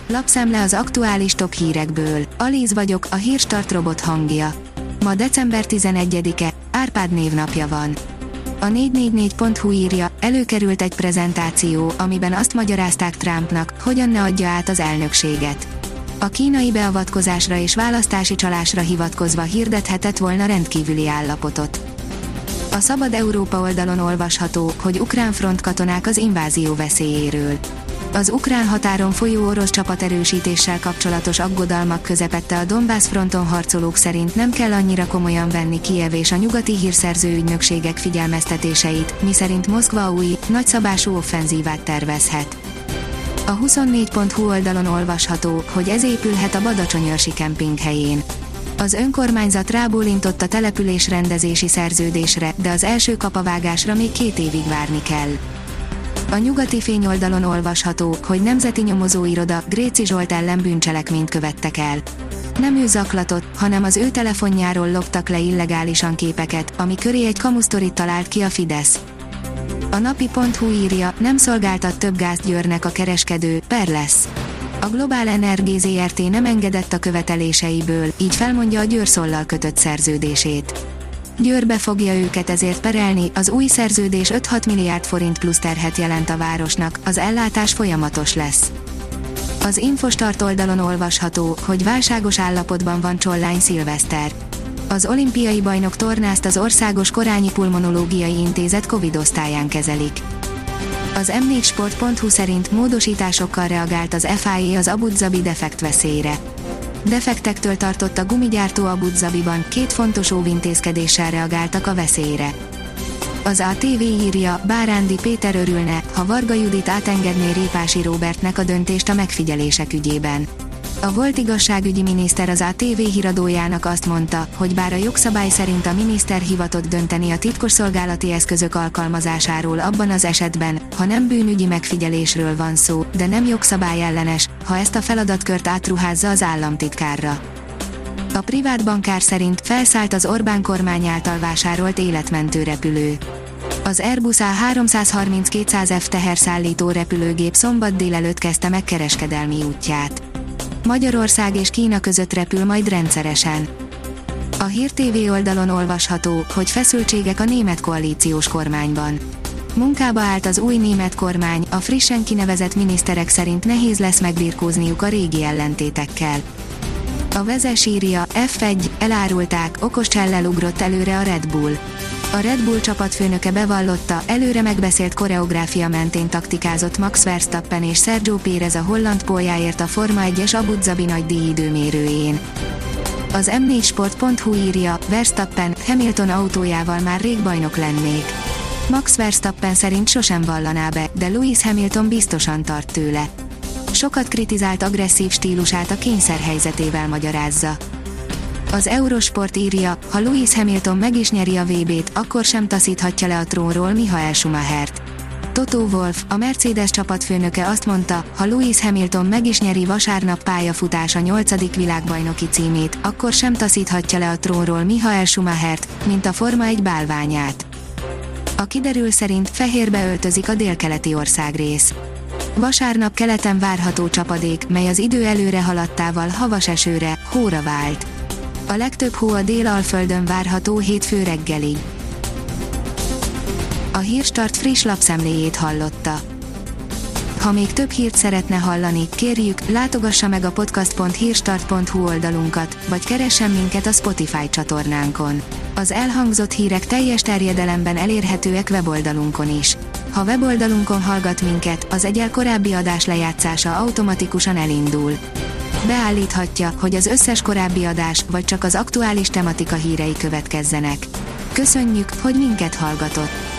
Lapszemle az aktuális top hírekből. Alíz vagyok, a Hírstart robot hangja. Ma december 11-e, Árpád névnapja van. A 444.hu írja, előkerült egy prezentáció, amiben azt magyarázták Trumpnak, hogyan ne adja át az elnökséget. A kínai beavatkozásra és választási csalásra hivatkozva hirdethetett volna rendkívüli állapotot. A Szabad Európa oldalon olvasható, hogy ukrán frontkatonák az invázió veszélyéről. Az ukrán határon folyó orosz csapaterősítéssel kapcsolatos aggodalmak közepette a Donbass fronton harcolók szerint nem kell annyira komolyan venni Kijev és a nyugati hírszerző ügynökségek figyelmeztetéseit, miszerint Moszkva új, nagyszabású offenzívát tervezhet. A 24.hu oldalon olvasható, hogy ez épülhet a Badacsony-őrsi kemping helyén. Az önkormányzat rábólintott a település rendezési szerződésre, de az első kapavágásra még 2 évig várni kell. A Nyugati Fény oldalon olvasható, hogy Nemzeti Nyomozóiroda Gréczi Zsolt ellen bűncselekményt követtek el. Nem ő zaklatott, hanem az ő telefonjáról loptak le illegálisan képeket, ami köré egy kamusztorit talált ki a Fidesz. A napi.hu írja, nem szolgáltat több gázt Győrnek a kereskedő, per lesz. A Globál Energy Zrt. Nem engedett a követeléseiből, így felmondja a Győrszollal kötött szerződését. Győrbe fogja őket ezért perelni, az új szerződés 5-6 milliárd forint plusz terhet jelent a városnak, az ellátás folyamatos lesz. Az Infostart oldalon olvasható, hogy válságos állapotban van Csollány Szilveszter. Az olimpiai bajnok tornást az Országos Korányi Pulmonológiai Intézet Covid osztályán kezelik. Az m4sport.hu szerint módosításokkal reagált az FIA az Abu Dhabi defekt veszélyre. Defektektől tartott a gumigyártó Abu Dhabiban, 2 fontos óvintézkedéssel reagáltak a veszélyre. Az ATV írja, Bárándi Péter örülne, ha Varga Judit átengedné Répási Róbertnek a döntést a megfigyelések ügyében. A volt igazságügyi miniszter az ATV híradójának azt mondta, hogy bár a jogszabály szerint a miniszter hivatott dönteni a titkosszolgálati eszközök alkalmazásáról abban az esetben, ha nem bűnügyi megfigyelésről van szó, de nem jogszabályellenes, ha ezt a feladatkört átruházza az államtitkárra. A privát bankár szerint felszállt az Orbán kormány által vásárolt életmentő repülő. Az Airbus A330-200F teherszállító repülőgép szombat délelőtt kezdte meg kereskedelmi útját. Magyarország és Kína között repül majd rendszeresen. A Hír TV oldalon olvasható, hogy feszültségek a német koalíciós kormányban. Munkába állt az új német kormány, a frissen kinevezett miniszterek szerint nehéz lesz megbirkózniuk a régi ellentétekkel. A Vezes írja, F1, elárulták, okos csellel ugrott előre a Red Bull. A Red Bull csapatfőnöke bevallotta, előre megbeszélt koreográfia mentén taktikázott Max Verstappen és Sergio Pérez a holland póljáért a Forma 1-es Abu Dhabi nagydíj időmérőjén. Az m4sport.hu írja, Verstappen, Hamilton autójával már rég bajnok lennék. Max Verstappen szerint sosem vallaná be, de Lewis Hamilton biztosan tart tőle. Sokat kritizált agresszív stílusát a kényszerhelyzetével magyarázza. Az Eurosport írja, ha Lewis Hamilton meg is nyeri a VB-t, akkor sem taszíthatja le a trónról Michael Schumachert. Toto Wolff, a Mercedes csapatfőnöke azt mondta, ha Lewis Hamilton meg is nyeri vasárnap pályafutása 8. világbajnoki címét, akkor sem taszíthatja le a trónról Michael Schumachert, mint a Forma 1 bálványát. A kiderül szerint fehérbe öltözik a délkeleti országrész. Vasárnap keleten várható csapadék, mely az idő előre haladtával havas esőre, hóra vált. A legtöbb hó a Dél-Alföldön várható hétfő reggelig. A Hírstart friss lapszemléjét hallotta. Ha még több hírt szeretne hallani, kérjük, látogassa meg a podcast.hírstart.hu oldalunkat, vagy keressen minket a Spotify csatornánkon. Az elhangzott hírek teljes terjedelemben elérhetőek weboldalunkon is. Ha weboldalunkon hallgat minket, az egyel korábbi adás lejátszása automatikusan elindul. Beállíthatja, hogy az összes korábbi adás, vagy csak az aktuális tematika hírei következzenek. Köszönjük, hogy minket hallgatott!